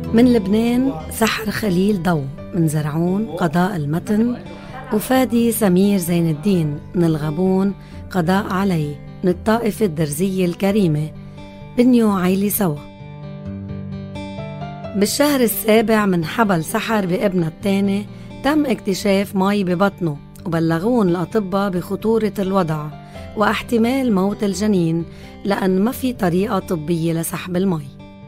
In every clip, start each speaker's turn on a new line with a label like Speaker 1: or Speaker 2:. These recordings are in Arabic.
Speaker 1: من لبنان سحر خليل ضو، من زرعون قضاء المتن، وفادي سمير زين الدين من الغابون قضاء علي، من الطائفة الدرزية الكريمة بنيو عيلي سوا. بالشهر السابع من حبل سحر بابنها الثاني تم اكتشاف مي ببطنه، وبلغون الأطباء بخطورة الوضع واحتمال موت الجنين لأن ما في طريقة طبية لسحب المي.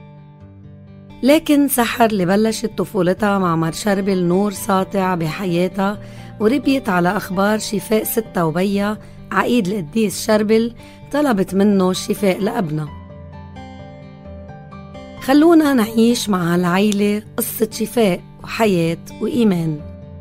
Speaker 1: لكن سحر اللي بلشت طفولتها مع مرشربل نور ساطع بحياتها، وربيت على أخبار شفاء ستة وبيها عقيد القديس شربل طلبت منه الشفاء لابنها. خلونا نعيش مع العيلة قصة شفاء وحياة وإيمان.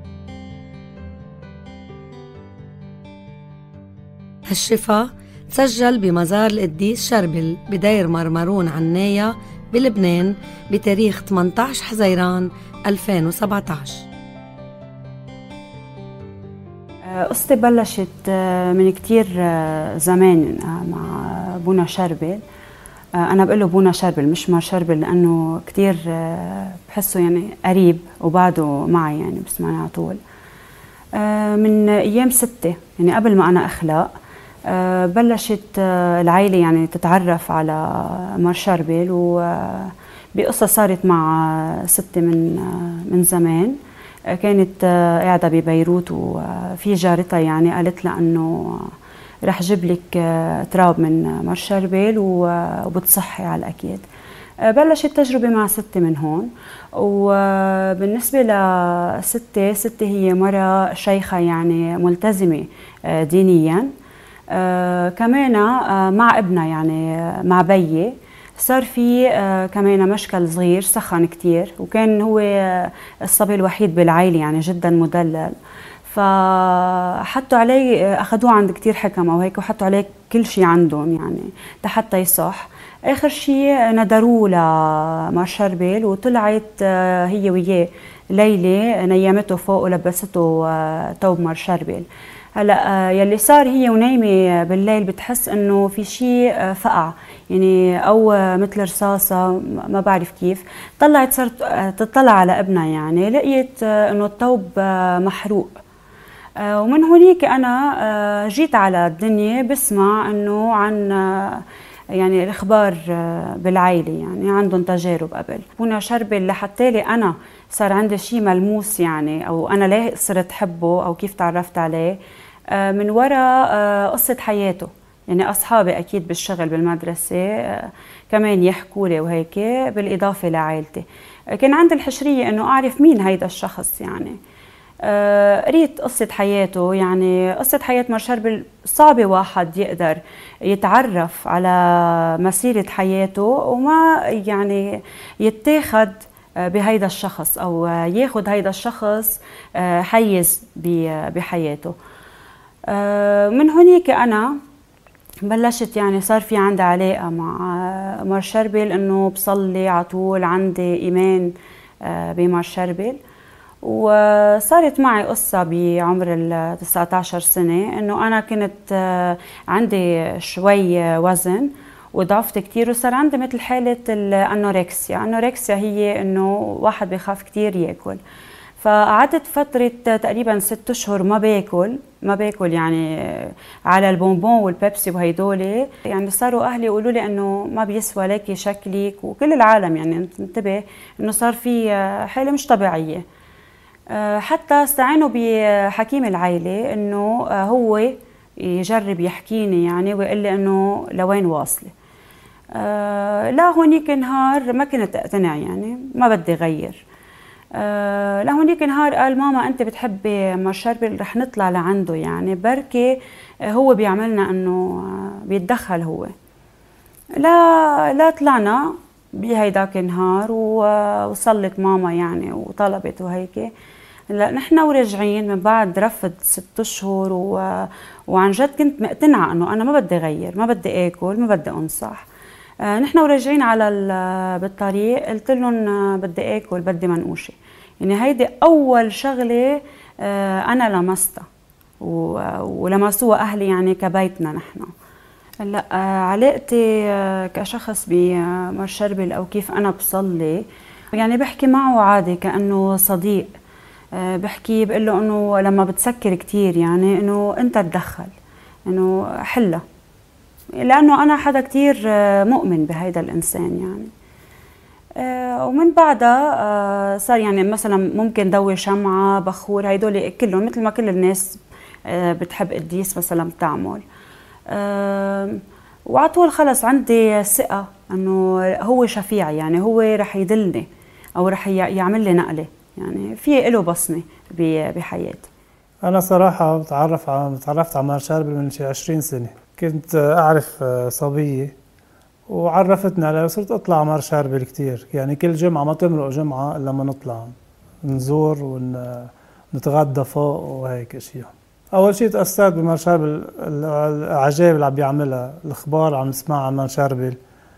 Speaker 1: هالشفاء تسجل بمزار القديس شربل بدير مرمرون عناية بلبنان بتاريخ 18 حزيران 2017.
Speaker 2: قصتي بلشت من كتير زمان مع بونا شربل. أنا بقوله بونا شربل مش مار شربل لأنه كتير بحسه يعني قريب وبعده معي، يعني بسمعني على طول. من أيام 6 يعني قبل ما أنا أخلق بلشت العائلة يعني تتعرف على مار شربل، وبقصة صارت مع 6 من زمان. كانت قاعدة ببيروت وفي جارتها يعني قالت لها أنه رح جيب لك تراب من مار شربل وبتصحي على الأكيد. بلشت تجربة مع 6 من هون. وبالنسبة ل6 هي مرة شيخة يعني ملتزمة دينيا. كمان مع ابنها يعني مع بيي صار في كمان مشكل صغير سخن كتير، وكان هو الصبي الوحيد بالعائلة يعني جدا مدلل. فحطوا عليه، أخذوه عند كتير حكمة وهيك، وحطوا عليه كل شيء عندهم يعني حتى يصح. آخر شيء ندروه لمار شربل، وطلعت هي وياه ليلة نيمته فوق ولبسته ثوب مار شربل. هلا يلي صار هي ونايمة بالليل بتحس انه في شيء فقع يعني، او مثل رصاصة ما بعرف كيف. طلعت صارت تطلع على ابنها يعني، لقيت انه الثوب محروق. ومن هونيك انا جيت على الدنيا بسمع انه عن يعني الاخبار بالعائله، يعني عندهم تجارب قبل. بونا شربل لحتى لي انا صار عندي شيء ملموس يعني، او انا ليه صرت حبه او كيف تعرفت عليه، من وراء قصه حياته. يعني اصحابي اكيد بالشغل بالمدرسه كمان يحكوا لي وهيك، بالاضافه لعائلتي. كان عندي الحشريه انه اعرف مين هيدا الشخص يعني. قريت قصة حياته، يعني قصة حياة مار شربل صعبة واحد يقدر يتعرف على مسيرة حياته وما يعني يتاخد بهيدا الشخص أو ياخد هيدا الشخص حيز بحياته. من هونيك أنا بلشت يعني صار في عندي علاقة مع مار شربل، إنه بصلي على طول، عندي إيمان بمار شربل. وصارت معي قصة بعمر 19 سنة، انه انا كنت عندي شوي وزن وضعفت كتير، وصار عندي مثل حالة الانوركسيا. الانوركسيا هي انه واحد بيخاف كتير ياكل. فقعدت فترة تقريبا 6 أشهر ما باكل يعني على البونبون والبيبسي وهيدولي. يعني صاروا أهلي يقولوا لي إنه ما بيسوى لك شكلك، وكل العالم يعني انتبه إنه صار في حالة مش طبيعية. حتى استعانوا بحكيم العائلة إنه هو يجرب يحكيني يعني ويقول لي إنه لوين واصلة. لا هونيك نهار ما كنت أقتنع يعني، ما بدي غير. لا هونيك نهار قال ماما أنت بتحبي مار شربل، رح نطلع لعنده يعني، بركي هو بيعملنا إنه بيتدخل هو. لا طلعنا بهيداك النهار، وصلت ماما يعني وطلبت وهيك. لا نحن ورجعين من بعد رفض 6 أشهر وعن جد كنت مقتنعة انه انا ما بدي غير، ما بدي اكل، ما بدي انصح. نحن ورجعين على بالطريق قلت لهم بدي اكل، بدي منقوشه. يعني هيدي اول شغله انا لمستها ولمسوها اهلي يعني كبيتنا نحن. هلا علاقتي كشخص بمار شربل او كيف انا بصلي يعني بحكي معه عادي كأنه صديق. بحكي بقول له انه لما بتسكر كتير يعني انه انت تدخل، انه حلها، لانه انا حدا كتير مؤمن بهيدا الانسان يعني. ومن بعدها صار يعني مثلا ممكن ضوي شمعة، بخور، هيدول كلهم مثل ما كل الناس بتحب قديس مثلا بتعمل. وعلى طول خلص عندي ثقة انه هو شفيع، يعني هو رح يدلني او رح يعمل لي نقلة، يعني في له بصمة بحياتي.
Speaker 3: أنا صراحة تعرفت على مار شاربل من شي 20 سنة. كنت أعرف صبية وعرفتني عليه، وصرت أطلع على مار شاربل كتير. يعني كل جمعة ما تمرق جمعة إلا ما نطلع نزور ونتغدى فوق وهيك أشياء. أول شيء تأثرت بمار شاربل، العجائب اللي عم بيعملها، الأخبار اللي عم نسمعها عن مار شاربل،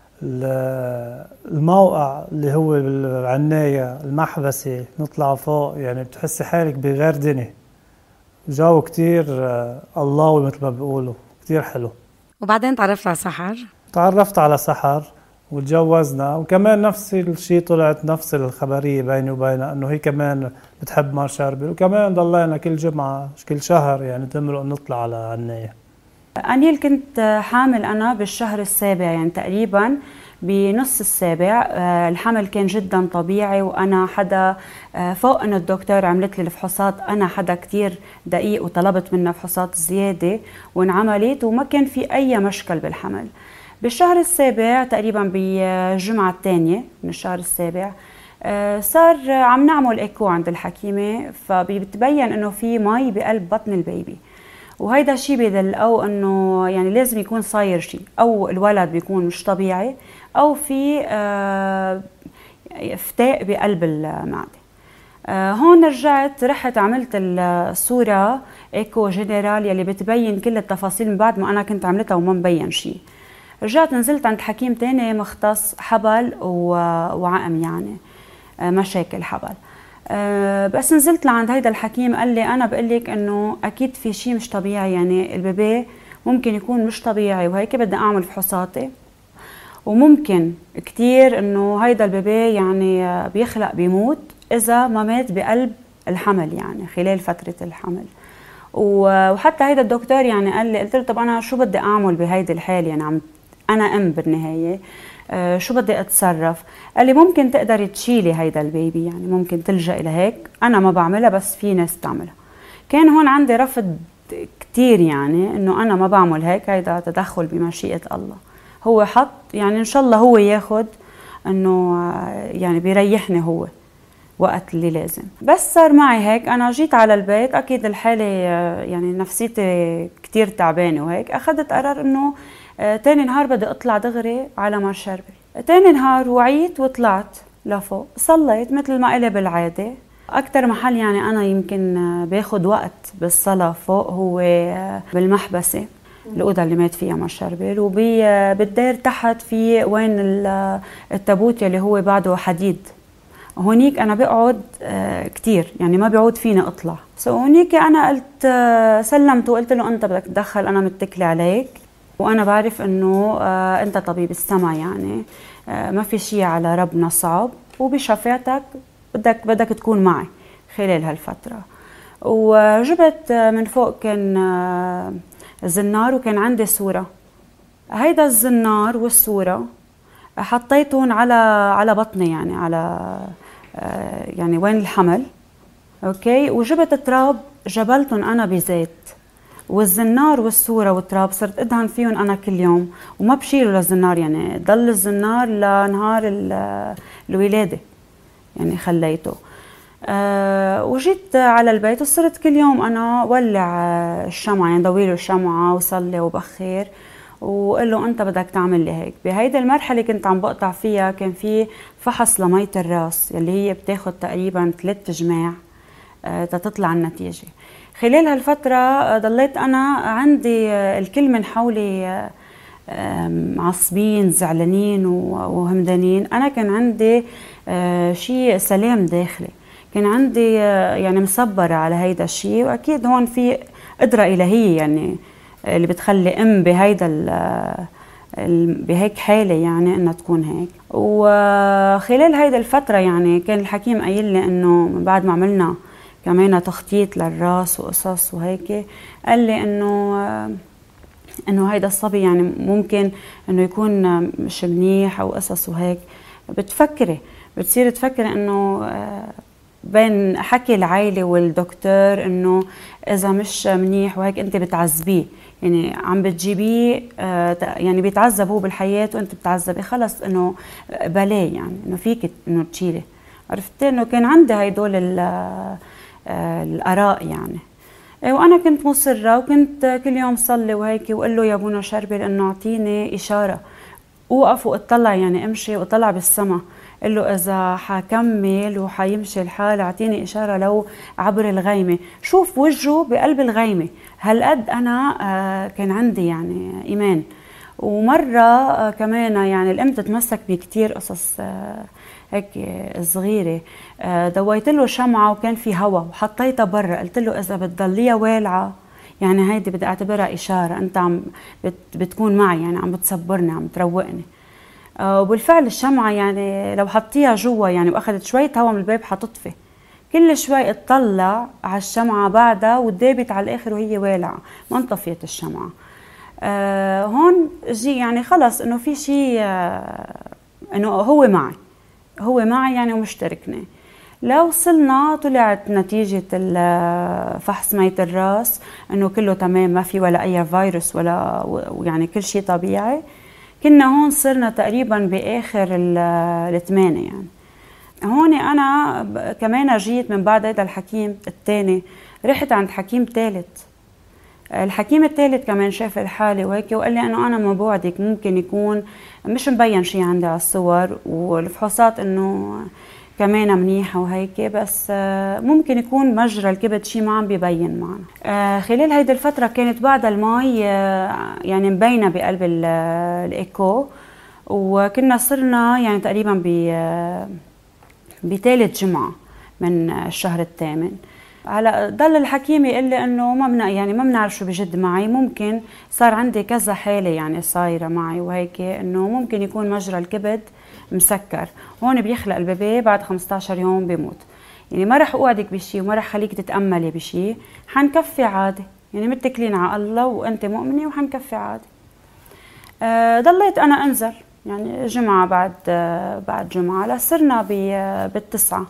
Speaker 3: الموقع اللي هو بالعناية، المحبسة، نطلع فوق يعني بتحسي حالك بغير دنيا. جو كتير اللهوي مثل ما بيقولوا، كتير حلو.
Speaker 1: وبعدين تعرفت على سحر؟
Speaker 3: تعرفت على سحر وتجوزنا، وكمان نفس الشيء طلعت نفس الخبرية بيني وبينها انه هي كمان بتحب مار شاربل، وكمان ضلينا كل جمعة كل شهر يعني تمرق نطلع على عناية.
Speaker 2: أنيل كنت حامل أنا بالشهر السابع، يعني تقريبا بنص السابع. الحمل كان جدا طبيعي، وأنا حدا فوق أنه الدكتور عملت لي الفحوصات، أنا حدا كتير دقيق وطلبت منها فحوصات زيادة وانعملت، وما كان في أي مشكل بالحمل. بالشهر السابع تقريبا بالجمعة الثانية من الشهر السابع صار عم نعمل إيكو عند الحكيمة، فبتبين أنه في مي بقلب بطن البيبي، وهيدا الشيء بدل او انه يعني لازم يكون صاير شيء، او الولد بيكون مش طبيعي، او في فتاء بقلب المعده. هون رحت عملت الصوره ايكو جنرال يلي بتبين كل التفاصيل من بعد ما انا كنت عملتها وما مبين شيء. رجعت نزلت عند حكيم تاني مختص حبل وعقم، يعني مشاكل حبل. بس نزلت لعند هيدا الحكيم قال لي أنا بقلك إنه أكيد في شيء مش طبيعي، يعني البيبي ممكن يكون مش طبيعي، وهيك بدي أعمل فحوصاتي، وممكن كتير إنه هيدا البيبي يعني بيخلق بيموت إذا ما مات بقلب الحمل، يعني خلال فترة الحمل. وحتى هيدا الدكتور يعني قال لي، قلت له طب أنا شو بدي أعمل بهيدي الحال، يعني أنا أم بالنهاية، شو بدي اتصرف؟ قال لي ممكن تقدري تشيلي هيدا البيبي، يعني ممكن تلجأ الى هيك، انا ما بعملها بس في ناس بتعملها. كان هون عندي رفض كتير، يعني انه انا ما بعمل هيك، هيدا تدخل بمشيئة الله. هو حط يعني ان شاء الله هو ياخد انه يعني بيريحني هو وقت اللي لازم. بس صار معي هيك، انا جيت على البيت اكيد الحالة يعني نفسيتي كتير تعبانة، وهيك اخذت قرار انه تاني نهار بدي اطلع دغري على مار شاربل. تاني نهار وعيت وطلعت لفوق، صليت مثل ما إلي بالعادة. اكتر محل يعني انا يمكن باخد وقت بالصلاة فوق هو بالمحبسة، الأوضة اللي مات فيها مار شاربل، وبالدير تحت في وين التابوت اللي هو بعده حديد. هونيك انا بقعد كتير، يعني ما بيعود فيني اطلع. هونيك انا قلت سلمت وقلت له انت بدك تدخل، انا متكله عليك، وانا بعرف انه انت طبيب السما، يعني ما في شيء على ربنا صعب، وبشفاعتك بدك تكون معي خلال هالفتره. وجبت من فوق كان زنار، وكان عندي صوره. هيدا الزنار والصوره حطيتهم على بطني، يعني على يعني وين الحمل، اوكي. وجبت تراب جبلتهم انا بزيت، والزنار والصورة والتراب صرت ادهن فيهم انا كل يوم، وما بشيله للزنار، يعني ضل الزنار لنهار الولادة يعني خليته. وجيت على البيت وصرت كل يوم انا ولع الشمعة، يعني ضويله الشمعة وصلي وبخير، وقال له انت بدك تعمل لي هيك. بهيدي المرحله كنت عم بقطع فيها، كان في فحص لمية الراس يلي هي بتاخد تقريبا 3 جماع تطلع النتيجه. خلال هالفتره ضليت انا عندي الكل من حولي معصبين زعلانين وهمدانين، انا كان عندي شيء سلام داخلي، كان عندي يعني مصبره على هيدا الشيء. واكيد هون في قدره الهيه يعني اللي بتخلي ام بهيدا بهيك حالة يعني انها تكون هيك. وخلال هيدا الفترة يعني كان الحكيم قايل لي انه بعد ما عملنا كمان تخطيط للراس وقصص وهيك، قال لي انه هيدا الصبي يعني ممكن انه يكون مش منيح او قصص وهيك. بتصير تفكري انه بين حكي العائلة والدكتور انه اذا مش منيح وهيك انت بتعذبيه، يعني عم بتجيبيه يعني بيتعذب هو بالحياة وانت بتعذبي، خلص انه بلاه يعني انه فيك انه تشيلي. عرفت انه كان عندي هيدول الآراء يعني. وانا كنت مصرة وكنت كل يوم صلي وهيك واقول له يا ابونا شربل انه اعطيني اشارة، اوقف واطلع يعني امشي واطلع بالسما، قل له اذا حكمل وحيمشي الحال اعطيني اشاره لو عبر الغيمه، شوف وجهه بقلب الغيمه. هالقد انا كان عندي يعني ايمان. ومره كمان يعني الام تتمسك بكتير قصص هيك صغيره، دويت له شمعه وكان في هواء وحطيتها برا، قلت له اذا بتضليها والعه يعني هيدي بدي اعتبرها اشاره، انت عم بتكون معي يعني عم بتصبرني عم تروقني. وبالفعل الشمعة يعني لو حطيها جوا يعني واخذت شوية هواء من الباب حتطفي. كل شوي اطلع على الشمعة بعدها ودابت على الاخر وهي والعة، ما انطفيت الشمعة. هون جي يعني خلص انه في شيء انه هو معي يعني ومشتركني. لو وصلنا طلعت نتيجة فحص مية الراس انه كله تمام، ما في ولا اي فيروس ولا يعني كل شيء طبيعي. كنا هون صرنا تقريبا باخر الثمانية يعني. هون انا كمان جيت من بعد هذا الحكيم الثاني، رحت عند حكيم ثالث. الحكيم الثالث كمان شاف الحالة وهيك وقال لي انه انا ما بوعدك ممكن يكون مش مبين شيء عندي على الصور والفحوصات انه كمان منيحة وهيك، بس ممكن يكون مجرى الكبد شيء ما عم بيبين معنا. خلال هيدي الفترة كانت بعد المي يعني مبينة بقلب الإيكو، وكنا صرنا يعني تقريبا بثالث جمعة من الشهر الثامن. هلا ضل الحكيم يقول لي انه ما بنعرف شو بجد معي، ممكن صار عندي كذا حالة يعني صايرة معي وهيك، انه ممكن يكون مجرى الكبد مسكر، هون بيخلق البيبي بعد 15 يوم بيموت. يعني ما رح اوعدك بشيء وما رح خليك تتاملي بشيء، حنكفي عادي يعني متكلين على الله وانت مؤمنه وحنكفي عادي. ضليت انا انزل يعني جمعه بعد جمعه لصرنا بالتسعه.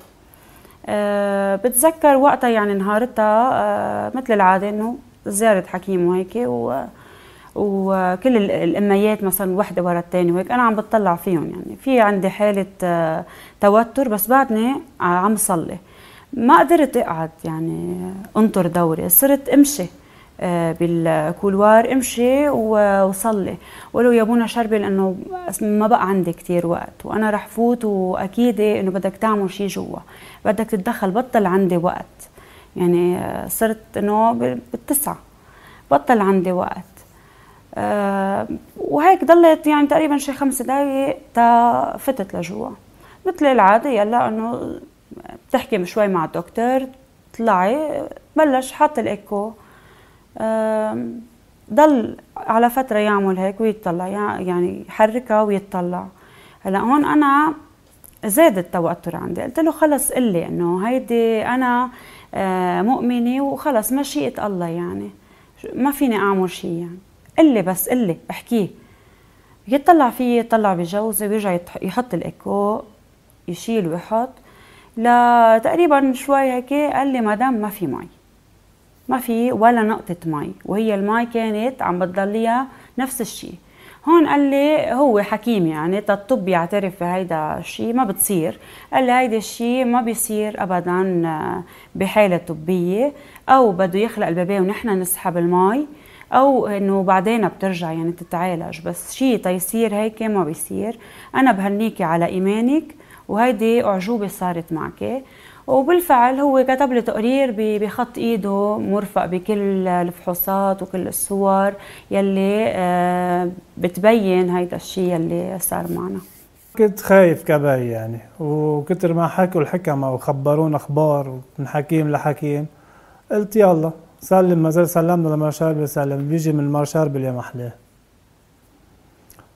Speaker 2: بتذكر وقتها يعني نهارتها مثل العاده انه زياره حكيم وهيك وكل الاميات مثلا وحده ورا الثانيه وهيك انا عم بتطلع فيهم، يعني في عندي حاله توتر بس بعدني عم صلي. ما قدرت اقعد يعني انطر دوري، صرت امشي بالكولوار امشي وصلي وقالوا يا ابونا شربل انه ما بقى عندي كتير وقت وانا رح فوت واكيد انه بدك تعمل شيء جوا، بدك تتدخل، بطل عندي وقت. يعني صرت انه بالتسعة بطل عندي وقت. وهيك ضلت يعني تقريبا شي 5 دقايق تا فتت لجوا مثل العاده. يلا انه بتحكي شوي مع الدكتور، طلعي بلش حط الايكو، ضل على فتره يعمل هيك ويطلع يعني يحركها ويطلع. هلا هون انا زاد التوتر عندي، قلت له خلص قلي انه هيدي انا مؤمنه وخلص مشيئه الله، يعني ما فيني اعمل شيء، يعني قلي بس قلي احكيه. يطلع فيه يطلع بجوزي ويرجع يحط الايكو يشيل ويحط. لا تقريبا شوي هيك قال لي مدام ما في مي، ما في ولا نقطة مي، وهي المي كانت عم بتضليها نفس الشيء. هون قال لي هو حكيم يعني الطب يعترف بهيدا الشيء ما بتصير، قال لي هيدا الشيء ما بيصير ابدا بحالة طبية، او بده يخلق البيبي ونحن نسحب المي او انه بعدين بترجع يعني تتعالج، بس شيء تيصير هيك ما بيصير. انا بهنيكي على ايمانك وهيدي اعجوبة صارت معك. وبالفعل هو كتب لي تقرير بخط ايده مرفق بكل الفحوصات وكل الصور يلي بتبين هيدا الشيء يلي صار معنا.
Speaker 3: كنت خايف كبي يعني، وكتر ما حكوا الحكمة وخبرونا اخبار من حكيم لحكيم، قلت يلا سلم، ما زال سلمنا لمار شربل، سلم بيجي من مار شربل يا محلاه.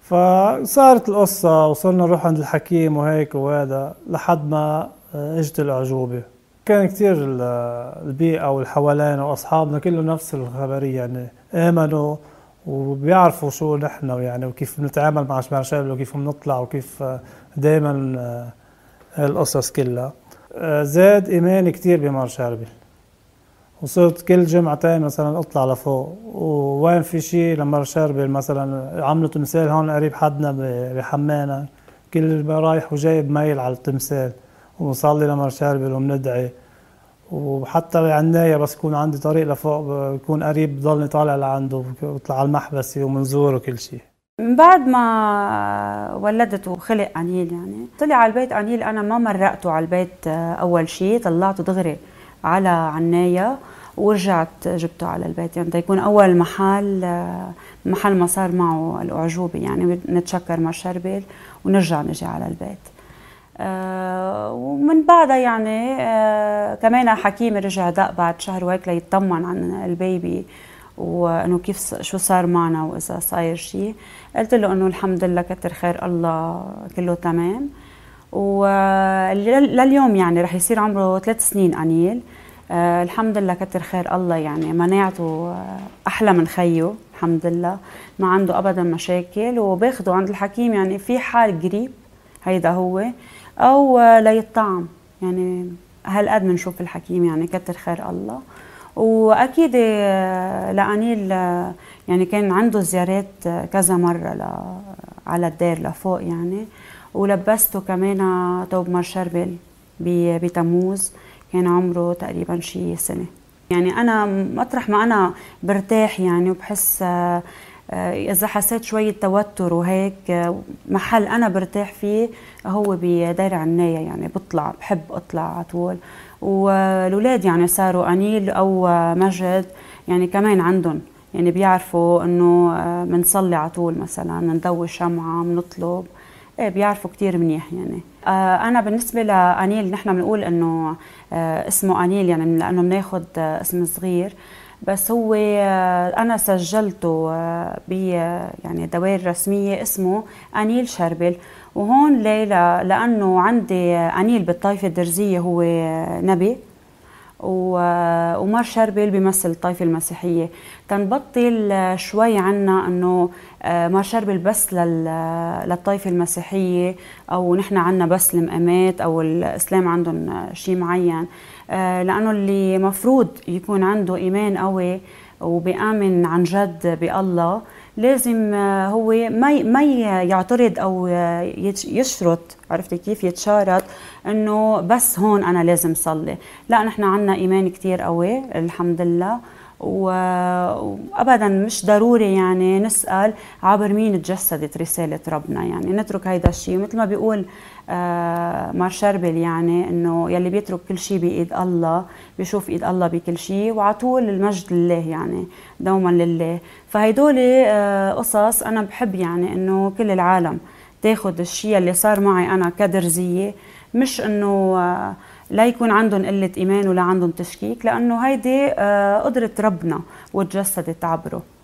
Speaker 3: فصارت القصة وصلنا نروح عند الحكيم وهيك وهذا لحد ما اجت الأعجوبة. كان كتير البيئة والحوالين وأصحابنا كله نفس الخبرية، يعني آمنوا وبيعرفوا شو نحن يعني وكيف بنتعامل مع مار شربل وكيف بنطلع وكيف دايما القصص كلها. زاد إيماني كتير بمار شربل، وصرت كل جمعتين مثلا اطلع لفوق، ووين في شيء لمار شربل مثلا عملوا تمثال هون قريب حدنا بحمانا، كل ما رايح وجاي بميل على التمثال ونصلي لمار شربل وبندعي. وحتى بعناية بس يكون عندي طريق لفوق بكون قريب بضلني طالع لعنده وبطلع على المحبسي ومنزور وكل شيء.
Speaker 2: من بعد ما ولدت وخلق أنيل يعني طلع على البيت أنيل، أنا ما مرقته على البيت أول شيء، طلعته دغري على عناية ورجعت جبته على البيت، يعني يكون أول محل ما صار معه الأعجوبة، يعني نتشكر مار شربل ونرجع نجي على البيت. ومن بعدها يعني كمان حكيم رجع دق بعد شهر وهيك ليطمن عن البيبي وانه كيف شو صار معنا واذا صاير شيء. قلت له انه الحمد لله كتر خير الله كله تمام. ولليوم يعني رح يصير عمره 3 سنين أنيل. الحمد لله كتر خير الله، يعني مناعته احلى من خيه الحمد لله، ما عنده ابدا مشاكل، وباخده عند الحكيم يعني في حال قريب هيدا هو او ليطعم، يعني هالقد بنشوف الحكيم يعني كتر خير الله. واكيد لأنيل يعني كان عنده زيارات كذا مره على الدير لفوق يعني، ولبسته كمان توب مار شربل بتموز، كان عمره تقريبا شي سنه. يعني انا مطرح ما انا برتاح يعني وبحس اذا حسيت شويه توتر وهيك، محل انا برتاح فيه هو بدير عناية، يعني بحب اطلع على طول. والولاد يعني صاروا أنيل او مجد يعني كمان عندهم يعني بيعرفوا انه بنصلي على طول، مثلا نضوي شمعه بنطلب، بيعرفوا كتير منيح يعني. انا بالنسبه لأنيل نحن بنقول انه اسمه أنيل يعني لانه بناخذ اسم صغير، بس هو انا سجلته يعني دوائر رسميه اسمه أنيل شربل. وهون ليه؟ لانه عندي أنيل بالطائفه الدرزيه هو نبي، ومار شربل بيمثل الطائفة المسيحية. تنبطل شوي عنا انه مار شربل بس للطائفة المسيحية، او نحن عنا بس المقامات او الاسلام عندهم شيء معين، لانه اللي مفروض يكون عنده ايمان قوي وبيآمن عن جد بالله لازم هو ما يعترض او يشرط، عرفتي كيف، يتشارط انه بس هون انا لازم صلي. لا، نحن عنا ايمان كتير قوي الحمد لله، وابدا مش ضروري يعني نسال عبر مين تجسدت رساله ربنا، يعني نترك هيدا الشيء. مثل ما بيقول مار شربل يعني انه يلي بيترك كل شيء بايد الله بيشوف ايد الله بكل شيء، وعلى طول المجد لله يعني دوما لله. فهيدول قصص انا بحب يعني انه كل العالم تاخذ الشيء اللي صار معي انا كدرزيه، مش انه لا يكون عندهم قله ايمان ولا عندهم تشكيك، لانه هيدي قدره ربنا وتجسدت عبره.